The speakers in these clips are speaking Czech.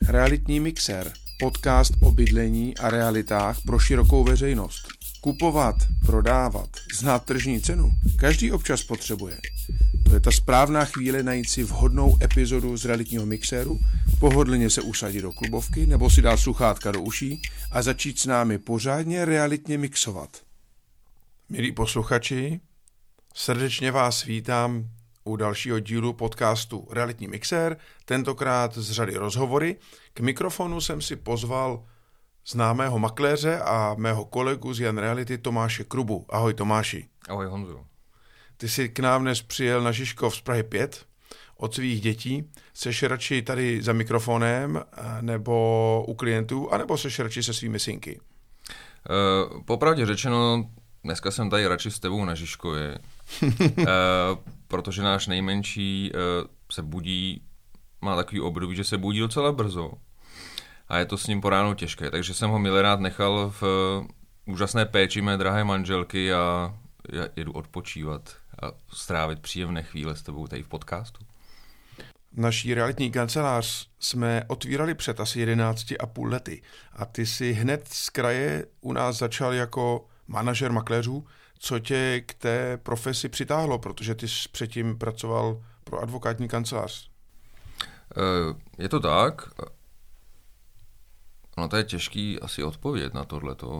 Realitní mixér, podcast o bydlení a realitách pro širokou veřejnost. Kupovat, prodávat, znát tržní cenu, každý občas potřebuje. To je ta správná chvíle najít si vhodnou epizodu z realitního mixéru, pohodlně se usadit do klubovky nebo si dát sluchátka do uší a začít s námi pořádně realitně mixovat. Milí posluchači, srdečně vás vítám u dalšího dílu podcastu Realitní mixér, tentokrát z řady rozhovory. K mikrofonu jsem si pozval známého makléře a mého kolegu z Jan Reality Tomáše Krubu. Ahoj Tomáši. Ahoj Honzo. Ty jsi k nám dnes přijel na Žižkov z Prahy 5 od svých dětí. Seš radši tady za mikrofonem nebo u klientů, anebo seš radši se svými synky? Popravdě řečeno, dneska jsem tady radši s tebou na Žižkově, protože náš nejmenší se budí, má takový období, že se budí docela brzo a je to s ním po ránu těžké, takže jsem ho milerád nechal v úžasné péči mé drahé manželky a jedu odpočívat a strávit příjemné chvíle s tebou tady v podcastu. Naší realitní kancelář jsme otvírali před asi 11,5 lety a ty si hned z kraje u nás začal jako manažer makléřů. Co tě k té profesi přitáhlo, protože ty jsi předtím pracoval pro advokátní kancelář? Je to tak. No to je těžký asi odpovědět na tohleto.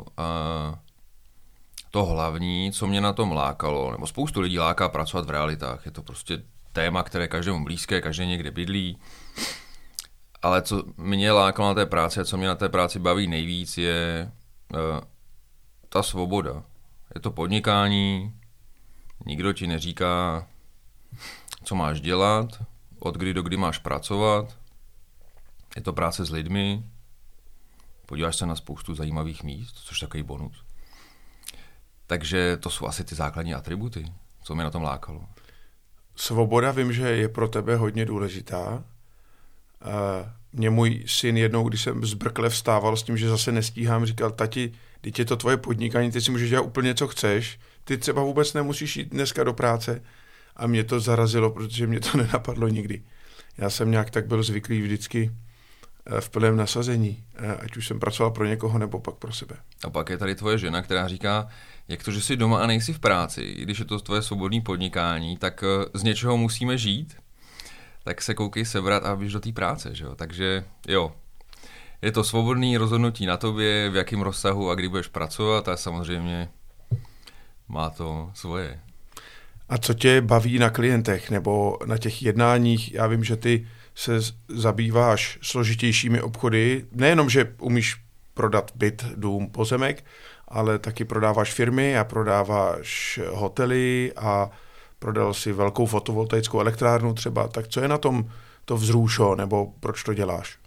To hlavní, co mě na tom lákalo, nebo spoustu lidí láká pracovat v realitách, je to prostě téma, které každému blízké, každý někde bydlí. Ale co mě lákalo na té práci a co mě na té práci baví nejvíc, je ta svoboda. Je to podnikání, nikdo ti neříká, co máš dělat, od kdy do kdy máš pracovat. Je to práce s lidmi, podíváš se na spoustu zajímavých míst, což je takový bonus. Takže to jsou asi ty základní atributy, co mě na tom lákalo. Svoboda vím, že je pro tebe hodně důležitá. Mě můj syn jednou, když jsem zbrkle vstával s tím, že zase nestíhám, říkal: tati, teď je to tvoje podnikání, ty si můžeš dělat úplně, co chceš, ty třeba vůbec nemusíš jít dneska do práce. A mě to zarazilo, protože mě to nenapadlo nikdy. Já jsem nějak tak byl zvyklý vždycky v plném nasazení, ať už jsem pracoval pro někoho nebo pak pro sebe. A pak je tady tvoje žena, která říká, jak to, že jsi doma a nejsi v práci, i když je to tvoje svobodné podnikání, tak z něčeho musíme žít, tak se koukej sebrat a běž do té práce, že jo? Takže jo, je to svobodné rozhodnutí na tobě, v jakém rozsahu a kdy budeš pracovat a samozřejmě má to svoje. A co tě baví na klientech nebo na těch jednáních? Já vím, že ty se zabýváš složitějšími obchody, nejenom, že umíš prodat byt, dům, pozemek, ale taky prodáváš firmy a prodáváš hotely a prodal si velkou fotovoltaickou elektrárnu třeba. Tak co je na tom to vzrušo, nebo proč to děláš?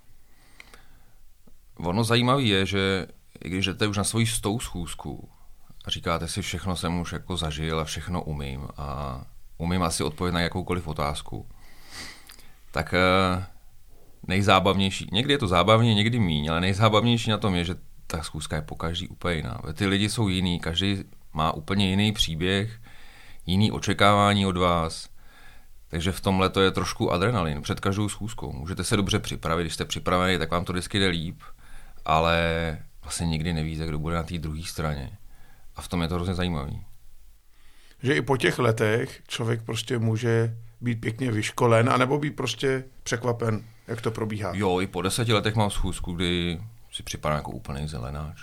Ono zajímavé je, že i když jdete už na svoji 100. schůzku a říkáte si, všechno jsem už jako zažil a všechno umím a umím asi odpovědět na jakoukoliv otázku, tak nejzábavnější, někdy je to zábavně, někdy míň, ale nejzábavnější na tom je, že ta schůzka je po každý úplně jiná. Ty lidi jsou jiný, každý má úplně jiný příběh, jiný očekávání od vás, takže v tomhle to je trošku adrenalin před každou schůzkou. Můžete se dobře připravit, když jste připraveni, tak vám to vždycky jde líp, ale vlastně nikdy nevíte, kdo bude na té druhé straně. A v tom je to hrozně zajímavý. Že i po těch letech člověk prostě může být pěkně vyškolen, anebo být prostě překvapen, jak to probíhá. Jo, i po 10 letech mám schůzku, kdy si připadám jako úplný zelenáč.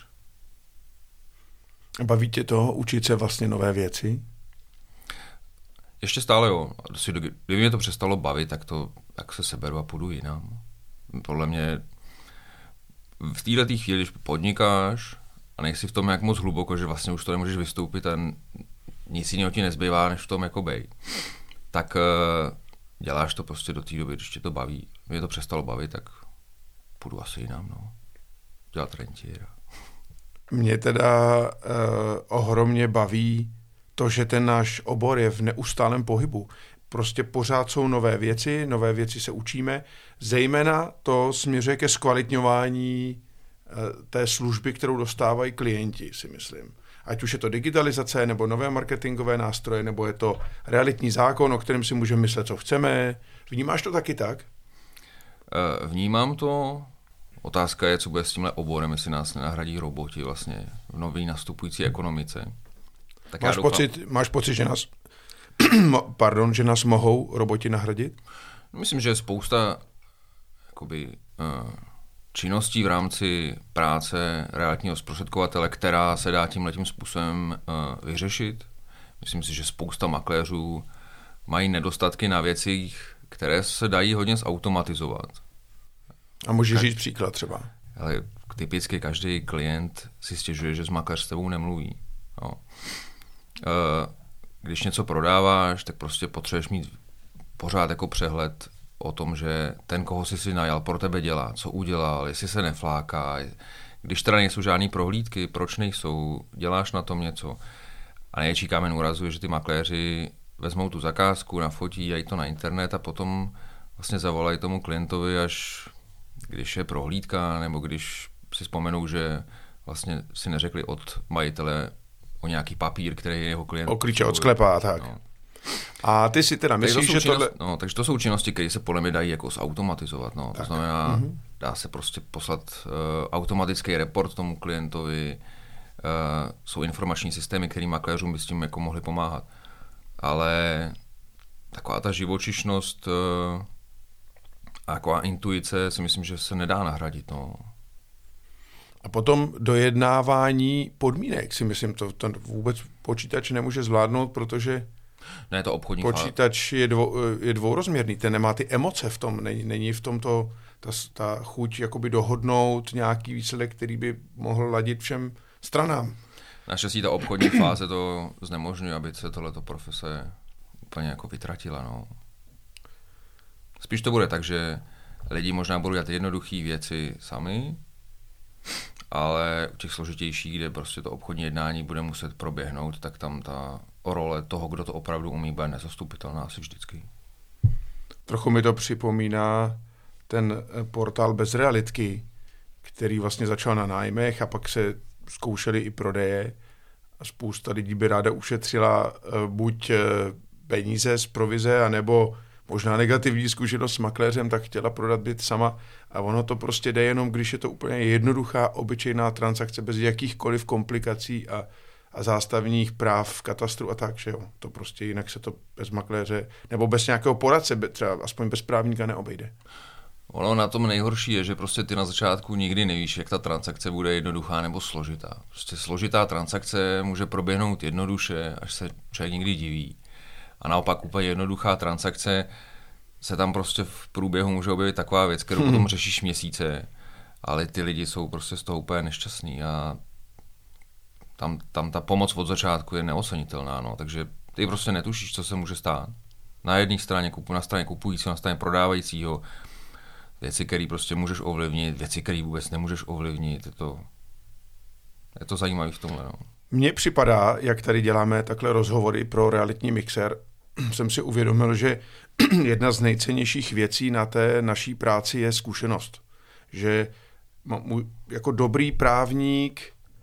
Baví tě to učit se vlastně nové věci? Ještě stále jo. Kdyby mě to přestalo bavit, tak se seberu a půjdu jinam. Podle mě v této chvíli, když podnikáš a nejsi v tom jak moc hluboko, že vlastně už to nemůžeš vystoupit a nic jiného ti nezbývá, než v tom jako bej, tak děláš to prostě do té doby, když tě to baví. Mě to přestalo bavit, tak půjdu asi jinam, no. Dělat rentiera. Mě teda ohromně baví to, že ten náš obor je v neustálém pohybu. Prostě pořád jsou nové věci se učíme, zejména to směřuje ke zkvalitňování té služby, kterou dostávají klienti, si myslím. Ať už je to digitalizace, nebo nové marketingové nástroje, nebo je to realitní zákon, o kterém si můžeme myslet, co chceme. Vnímáš to taky tak? Vnímám to, otázka je, co bude s tímhle oborem, jestli nás nenahradí roboti vlastně v nový nastupující ekonomice. Tak máš pocit, že nás že nás mohou roboti nahradit? Myslím, že je spousta činností v rámci práce realitního zprostředkovatele, která se dá tímhletím způsobem vyřešit. Myslím si, že spousta makléřů mají nedostatky na věcích, které se dají hodně zautomatizovat. A můžeš říct příklad třeba? Ale typicky každý klient si stěžuje, že s makléř s tebou nemluví. No. Když něco prodáváš, tak prostě potřebuješ mít pořád jako přehled o tom, že ten, koho jsi najal, pro tebe dělá, co udělal, jestli se nefláká. Když teda nejsou žádný prohlídky, proč nejsou, děláš na tom něco. A největší kámen úrazu je, že ty makléři vezmou tu zakázku, nafotí, dají to na internet a potom vlastně zavolají tomu klientovi, až když je prohlídka, nebo když si vzpomenou, že vlastně si neřekli od majitele o nějaký papír, který je jeho klient. O klíče od sklepa a tak. No. A ty si teda myslíš, že tohle... No, takže to jsou činnosti, které se podle mě dají jako zautomatizovat. No. To znamená, dá se prostě poslat automatický report tomu klientovi, jsou informační systémy, který makléřům by s tím jako mohli pomáhat. Ale taková ta živočišnost a taková intuice si myslím, že se nedá nahradit. No. A potom dojednávání podmínek si myslím, to vůbec počítač nemůže zvládnout, protože ne, to obchodní počítač je dvourozměrný, ten nemá ty emoce v tom, není v tom ta chuť jakoby dohodnout nějaký výsledek, který by mohl ladit všem stranám. Naštěstí ta obchodní fáze to znemožňuje, aby se tohleto profese úplně jako vytratila. No. Spíš to bude tak, že lidi možná budou dělat jednoduché věci sami, ale u těch složitějších, kde prostě to obchodní jednání bude muset proběhnout, tak tam ta role toho, kdo to opravdu umí, bude nezastupitelná asi vždycky. Trochu mi to připomíná ten portál Bez realitky, který vlastně začal na nájmech a pak se zkoušeli i prodeje a spousta lidí by ráda ušetřila buď peníze z provize, anebo možná negativní zkušenost s makléřem, tak chtěla prodat byt sama a ono to prostě jde jenom, když je to úplně jednoduchá, obyčejná transakce bez jakýchkoliv komplikací a zástavních práv v katastru a tak, že jo. To prostě jinak se to bez makléře nebo bez nějakého poradce, třeba aspoň bez právníka neobejde. Ono na tom nejhorší je, že prostě ty na začátku nikdy nevíš, jak ta transakce bude jednoduchá nebo složitá. Prostě složitá transakce může proběhnout jednoduše, až se člověk někdy diví. A naopak úplně jednoduchá transakce se tam prostě v průběhu může objevit taková věc, kterou potom řešíš měsíce, ale ty lidi jsou prostě z toho úplně nešťastní a tam ta pomoc od začátku je neocenitelná, no. Takže ty prostě netušíš, co se může stát. Na jedné straně na straně kupujícího, na straně prodávajícího, věci, které prostě můžeš ovlivnit, věci, které vůbec nemůžeš ovlivnit. Je to zajímavé v tomhle. No. Mně připadá, jak tady děláme takhle rozhovory pro realitní mixer, jsem si uvědomil, že jedna z nejcennějších věcí na té naší práci je zkušenost. Že jako dobrý právník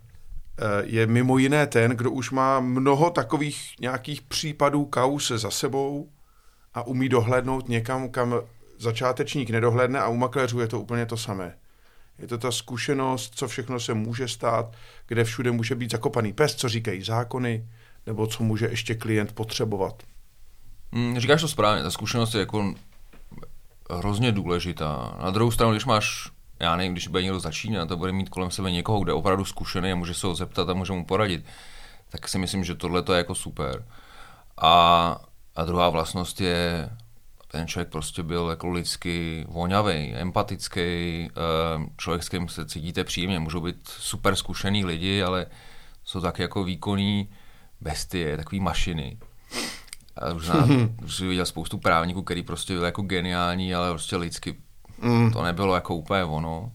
je mimo jiné ten, kdo už má mnoho takových nějakých případů kauz za sebou a umí dohlédnout někam, kam začátečník nedohlédne a u makléřů je to úplně to samé. Je to ta zkušenost, co všechno se může stát, kde všude může být zakopaný pes, co říkají zákony, nebo co může ještě klient potřebovat. Říkáš to správně, ta zkušenost je jako hrozně důležitá. Na druhou stranu, když máš, já nevím, když bude někdo začínat a bude mít kolem sebe někoho, kde je opravdu zkušený a může se ho zeptat a může mu poradit, tak si myslím, že tohle je jako super. A druhá vlastnost je, ten člověk prostě byl jako lidsky vonavý, empatický, člověk, s kterým se cítíte příjemně. Můžou být super zkušený lidi, ale jsou taky jako výkonný bestie, takový mašiny. A už jsem viděl spoustu právníků, který prostě byl jako geniální, ale prostě lidsky to nebylo jako úplně ono.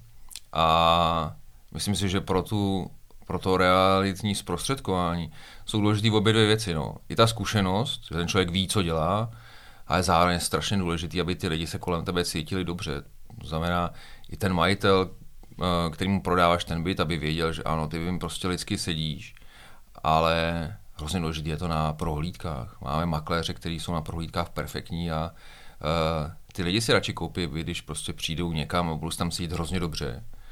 A myslím si, že pro to realitní zprostředkování jsou důležité obě dvě věci. No. I ta zkušenost, že ten člověk ví, co dělá, ale zároveň je strašně důležitý, aby ty lidi se kolem tebe cítili dobře. To znamená, i ten majitel, kterýmu prodáváš ten byt, aby věděl, že ano, ty jim prostě lidsky sedíš, ale hrozně důležitý je to na prohlídkách. Máme makléře, kteří jsou na prohlídkách perfektní a ty lidi si radši koupí byt, když prostě přijdou někam a budou se tam cítit hrozně dobře,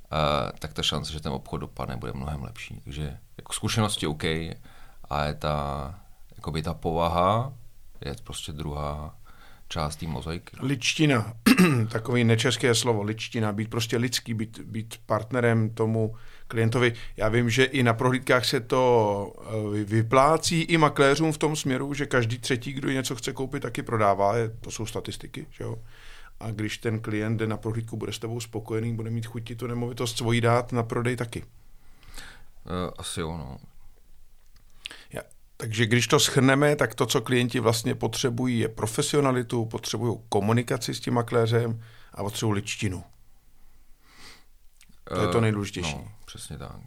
tak ta šance, že ten obchod dopadne, bude mnohem lepší. Takže jako zkušenosti OK, ale ta povaha je prostě druhá část té mozaiky. Ličtina, takový nečeské slovo, ličtina, být prostě lidský, být partnerem tomu klientovi. Já vím, že i na prohlídkách se to vyplácí i makléřům v tom směru, že každý třetí, kdo něco chce koupit, taky prodává. To jsou statistiky, že jo. A když ten klient jde na prohlídku, bude s tebou spokojený, bude mít chuť tu nemovitost svoji dát na prodej taky. Asi jo, no. Takže když to shrneme, tak to, co klienti vlastně potřebují, je profesionalitu, potřebují komunikaci s tím makléřem a potřebují ličtinu. To je to nejdůležitější. No, přesně tak.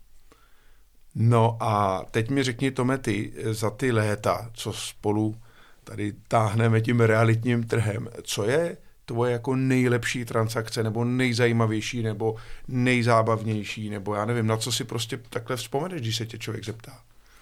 No a teď mi řekni, Tome, ty za ty léta, co spolu tady táhneme tím realitním trhem, co je tvoje jako nejlepší transakce, nebo nejzajímavější, nebo nejzábavnější, nebo já nevím, na co si prostě takhle vzpomeneš, když se tě člověk zeptá?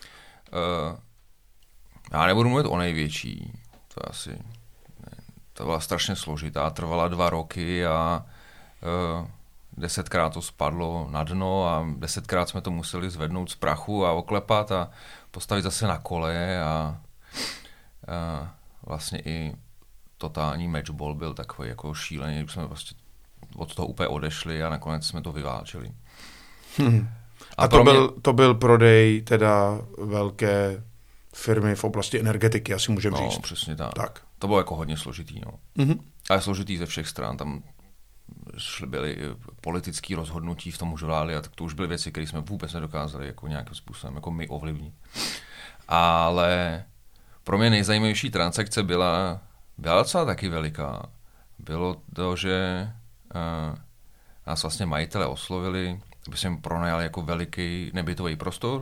Já nebudu mluvit o největší, to asi ne. To byla strašně složitá, trvala 2 roky a 10krát to spadlo na dno a 10krát jsme to museli zvednout z prachu a oklepat a postavit zase na kole a vlastně i totální matchball byl takový jako šílený, jsme prostě od toho úplně odešli a nakonec jsme to vyválčili. A to byl prodej teda velké firmy v oblasti energetiky, asi můžeme říct. No, přesně tak. To bylo jako hodně složitý, no. Mm-hmm. Ale složitý ze všech stran, tam byly politické rozhodnutí v tom žuráli a tak to už byly věci, které jsme vůbec nedokázali jako nějakým způsobem jako my ovlivnit. Ale pro mě nejzajímavější transakce byla docela taky veliká. Bylo to, že nás vlastně majitele oslovili, aby jsme jim pronajali jako veliký nebytový prostor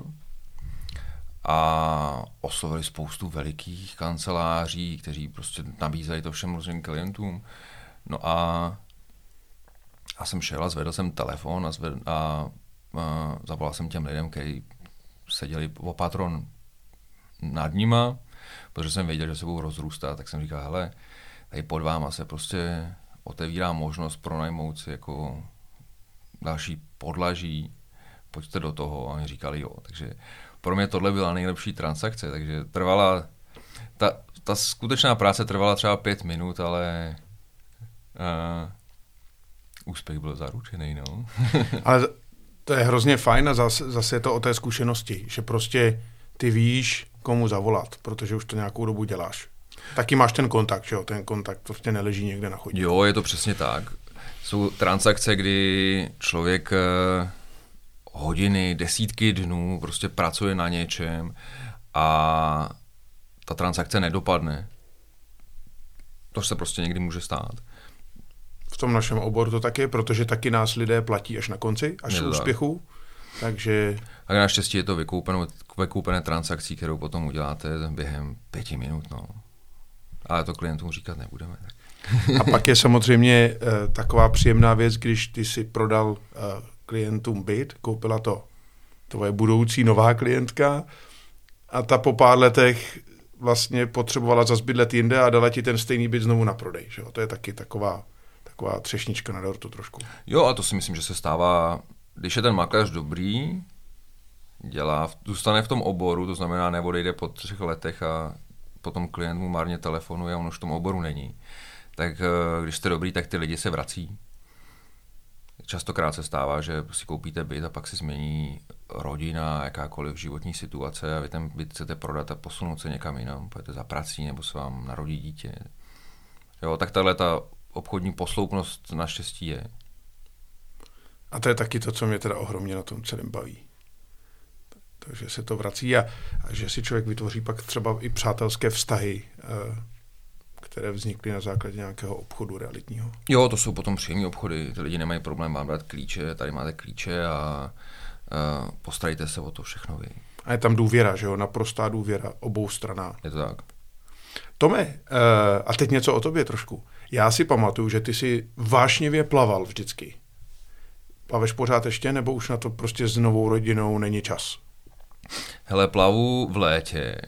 a oslovili spoustu velikých kanceláří, kteří prostě nabízejí to všem různým klientům. No a já jsem šel a zvedl jsem telefon a zavolal jsem těm lidem, kteří seděli o patron nad nima, protože jsem věděl, že se budou rozrůstat, tak jsem říkal, hele, tady pod váma se prostě otevírá možnost pronajmout si jako další podlaží, pojďte do toho. A oni říkali jo. Takže pro mě tohle byla nejlepší transakce, takže trvala, ta skutečná práce trvala třeba 5 minut, ale úspěch byl zaručený, no. Ale to je hrozně fajn a zase je to o té zkušenosti, že prostě ty víš, komu zavolat, protože už to nějakou dobu děláš. Taky máš ten kontakt, že jo? Ten kontakt prostě neleží někde na chodníku. Jo, je to přesně tak. Jsou transakce, kdy člověk hodiny, desítky dnů prostě pracuje na něčem a ta transakce nedopadne. To se prostě někdy může stát. V tom našem oboru to taky, protože taky nás lidé platí až na konci, až v úspěchu. Takže... A naštěstí je to vykoupené transakcí, kterou potom uděláte během 5 minut. No. Ale to klientům říkat nebudeme. Tak. A pak je samozřejmě taková příjemná věc, když ty si prodal klientům byt, koupila to tvoje budoucí nová klientka a ta po pár letech vlastně potřebovala zas bydlet jinde a dala ti ten stejný byt znovu na prodej. Že? To je taky taková třešnička na dortu trošku. Jo, a to si myslím, že se stává, když je ten makléř dobrý, zůstane v tom oboru, to znamená neodejde po 3 letech a potom klient mu marně telefonuje a on už v tom oboru není. Tak když jste dobrý, tak ty lidi se vrací. Častokrát se stává, že si koupíte byt a pak se změní rodina, jakákoliv životní situace a vy ten byt chcete prodat a posunout se někam jinam, pojďte za prací nebo se vám narodí dítě. Jo, tak tahle ta obchodní posloupnost naštěstí je. A to je taky to, co mě teda ohromně na tom celém baví. Takže se to vrací a že si člověk vytvoří pak třeba i přátelské vztahy, které vznikly na základě nějakého obchodu realitního. Jo, to jsou potom příjemní obchody, ty lidi nemají problém vám dát klíče, tady máte klíče a postarejte se o to všechno vy. A je tam důvěra, že jo, naprostá důvěra obou stranách. Je to tak. Tome, a teď něco o tobě trošku. Já si pamatuju, že ty si vášnivě plaval vždycky. Plaveš pořád ještě, nebo už na to prostě s novou rodinou není čas? Hele, plavu v létě,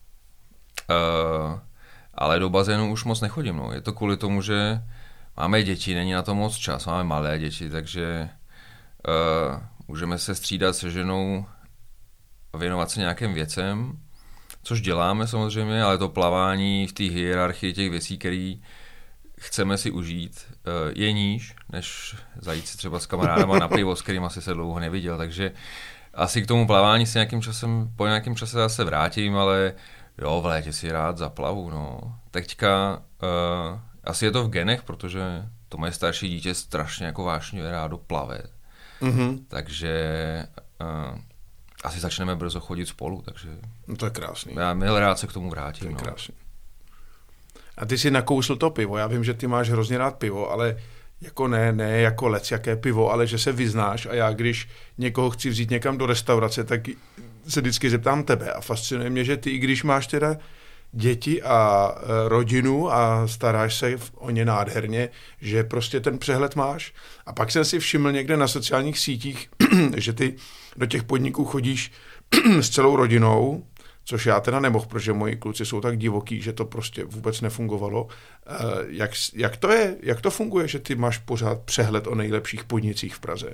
ale do bazénu už moc nechodím. No. Je to kvůli tomu, že máme děti, není na to moc čas, máme malé děti, takže můžeme se střídat se ženou a věnovat se nějakým věcem, což děláme samozřejmě, ale to plavání v té hierarchii těch věcí, které chceme si užít, je níž, než zajít si třeba s kamarádama na pivo, s kterým asi se dlouho neviděl, takže asi k tomu plavání si po nějakém čase zase vrátím, ale jo, v létě si rád zaplavu, no. Teďka asi je to v genech, protože to moje starší dítě strašně jako vážně rádo plave. Takže asi začneme brzo chodit spolu, takže... No to je krásný. Já milé rád se k tomu vrátím. To je krásný. A ty si nakousl to pivo. Já vím, že ty máš hrozně rád pivo, ale jako ne jako lecjaké pivo, ale že se vyznáš a já, když někoho chci vzít někam do restaurace, tak se vždycky zeptám tebe a fascinuje mě, že ty, i když máš teda děti a rodinu a staráš se o ně nádherně, že prostě ten přehled máš. A pak jsem si všiml někde na sociálních sítích, že ty do těch podniků chodíš s celou rodinou, což já teda nemohl, protože moji kluci jsou tak divoký, že to prostě vůbec nefungovalo. Jak to je? Jak to funguje, že ty máš pořád přehled o nejlepších podnicích v Praze?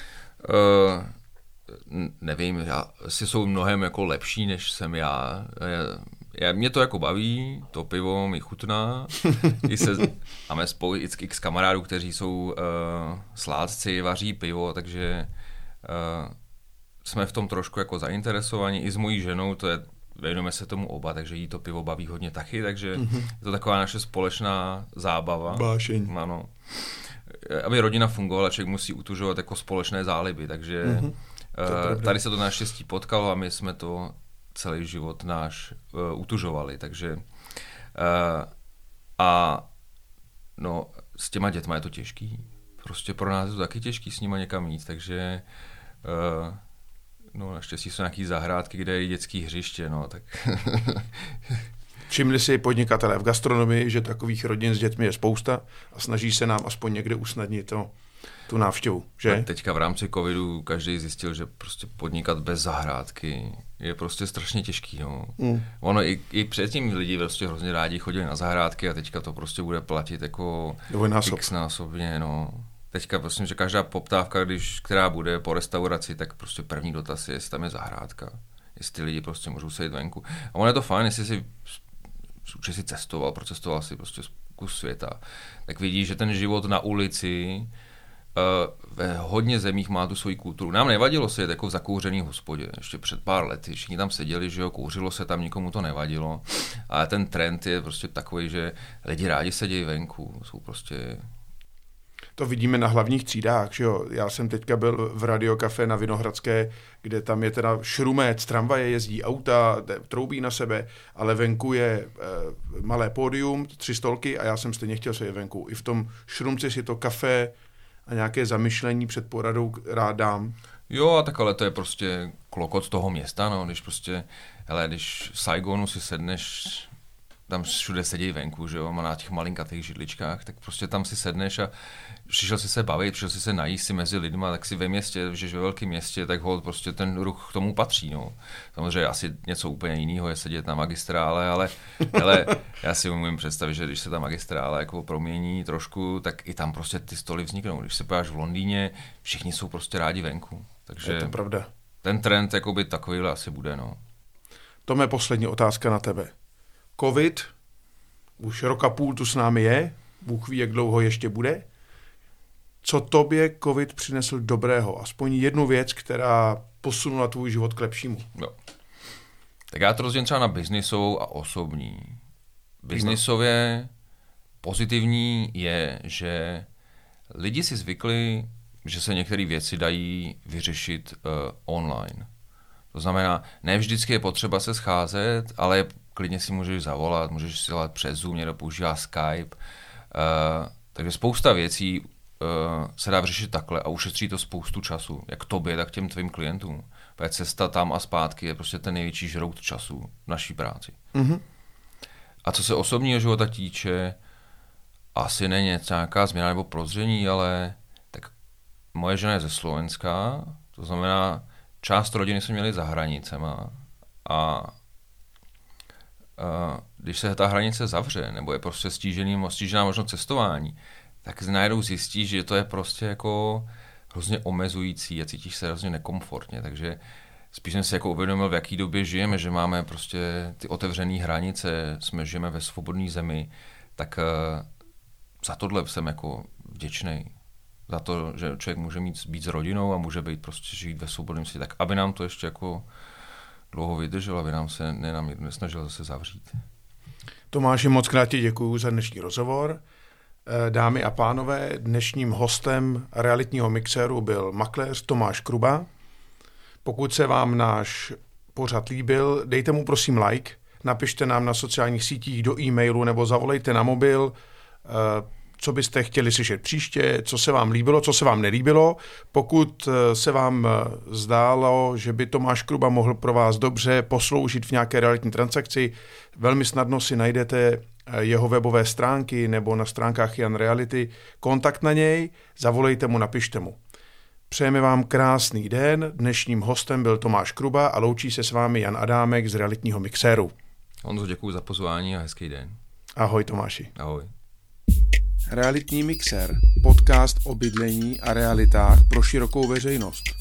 Nevím, asi jsou mnohem jako lepší, než jsem já. Mě to jako baví, to pivo mi chutná. Máme spolu x kamarádů, kteří jsou sládci, vaří pivo, takže jsme v tom trošku jako zainteresovaní. I s mojí ženou, věnujeme se tomu oba, takže jí to pivo baví hodně taky, takže je to taková naše společná zábava. Bášeň. Ano. Aby rodina fungovala, člověk musí utužovat jako společné záliby, takže tady se to naštěstí potkalo a my jsme to celý život náš utužovali, takže s těma dětma je to těžký. Prostě pro nás je to taky těžký s nima někam jít, takže naštěstí jsou nějaký zahrádky, kde je dětský hřiště, tak... Všimli si podnikatelé v gastronomii, že takových rodin s dětmi je spousta a snaží se nám aspoň někde usnadnit tu návštěvu, že? A teďka v rámci covidu každý zjistil, že prostě podnikat bez zahrádky je prostě strašně těžký, Ono i předtím lidi prostě hrozně rádi chodili na zahrádky a teďka to prostě bude platit jako x-násobně, Teďka prostě, že každá poptávka, která bude po restauraci, tak prostě první dotaz je, jestli tam je zahrádka. Jestli ty lidi prostě můžou sedět venku. A ono je to fajn, jestli si procestoval si prostě kus světa, tak vidíš, že ten život na ulici ve hodně zemích má tu svoji kulturu. Nám nevadilo se jet jako v zakouřený hospodě. Ještě před pár lety všichni tam seděli, že kouřilo se tam, nikomu to nevadilo. Ale ten trend je prostě takový, že lidi rádi sedějí venku. Jsou prostě... To vidíme na hlavních třídách, že jo. Já jsem teďka byl v Radiokafe na Vinohradské, kde tam je teda šrumec, tramvaje jezdí, auta, troubí na sebe, ale venku je malé pódium, 3 stolky a já jsem stejně chtěl sedět venku. I v tom šrumci si to kafe a nějaké zamyšlení před poradou rád dám. Jo, a tak ale to je prostě klokot toho města, když v Saigonu si sedneš, tam všude sedí venku, že jo, na těch malinkatých židličkách, tak prostě tam si sedneš a přišel si se bavit, přišel si se najíst si mezi lidma, tak si ve městě, že ve velkém městě, tak holt prostě ten ruch k tomu patří, Samozřejmě asi něco úplně jiného je sedět na magistrále, ale já si umím představit, že když se ta magistrále jako promění trošku, tak i tam prostě ty stoly vzniknou. Když se pojáš v Londýně, všichni jsou prostě rádi venku. Takže je to pravda. Ten trend jakoby takovýhle asi bude, Tome, poslední otázka na tebe. Covid, už rok a půl tu s námi je, Bůh ví, jak dlouho ještě bude. Co tobě covid přinesl dobrého? Aspoň jednu věc, která posunula tvůj život k lepšímu. Jo. Tak já to rozdělím třeba na biznisovou a osobní. Biznisově pozitivní je, že lidi si zvykli, že se některé věci dají vyřešit online. To znamená, ne vždycky je potřeba se scházet, ale klidně si můžeš zavolat, můžeš si volat přes Zoom, někdo používá Skype. Takže spousta věcí se dá vyřešit takhle a ušetří to spoustu času, jak tobě, tak těm tvým klientům. Protože cesta tam a zpátky je prostě ten největší žrout času v naší práci. Mm-hmm. A co se osobního života týče, asi není nějaká změna nebo prozření, ale tak moje žena je ze Slovenska, to znamená, část rodiny jsme měli za hranicema a když se ta hranice zavře, nebo je prostě stížená možnost cestování, tak najednou zjistí, že to je prostě jako hrozně omezující a cítíš se hrozně nekomfortně, takže spíš jsem si jako uvědomil, v jaký době žijeme, že máme prostě ty otevřené hranice, žijeme ve svobodné zemi, tak za tohle jsem jako vděčnej. Za to, že člověk může být s rodinou a může být prostě žít ve svobodném světě, tak aby nám to ještě jako dlouho vydrželo, aby nám se nesnažil zase zavřít. Tomáši, moc krát ti děkuju za dnešní rozhovor. Dámy a pánové, dnešním hostem realitního mixéru byl makléř Tomáš Kruba. Pokud se vám náš pořad líbil, dejte mu prosím like, napište nám na sociálních sítích, do e-mailu nebo zavolejte na mobil, co byste chtěli slyšet příště, co se vám líbilo, co se vám nelíbilo. Pokud se vám zdálo, že by Tomáš Kruba mohl pro vás dobře posloužit v nějaké realitní transakci, velmi snadno si najdete jeho webové stránky nebo na stránkách Jan Reality. Kontakt na něj, zavolejte mu, napište mu. Přejeme vám krásný den. Dnešním hostem byl Tomáš Kruba a loučí se s vámi Jan Adámek z realitního mixéru. Honzo, děkuji za pozvání a hezký den. Ahoj Tomáši. Ahoj. Realitní mixér, podcast o bydlení a realitách pro širokou veřejnost.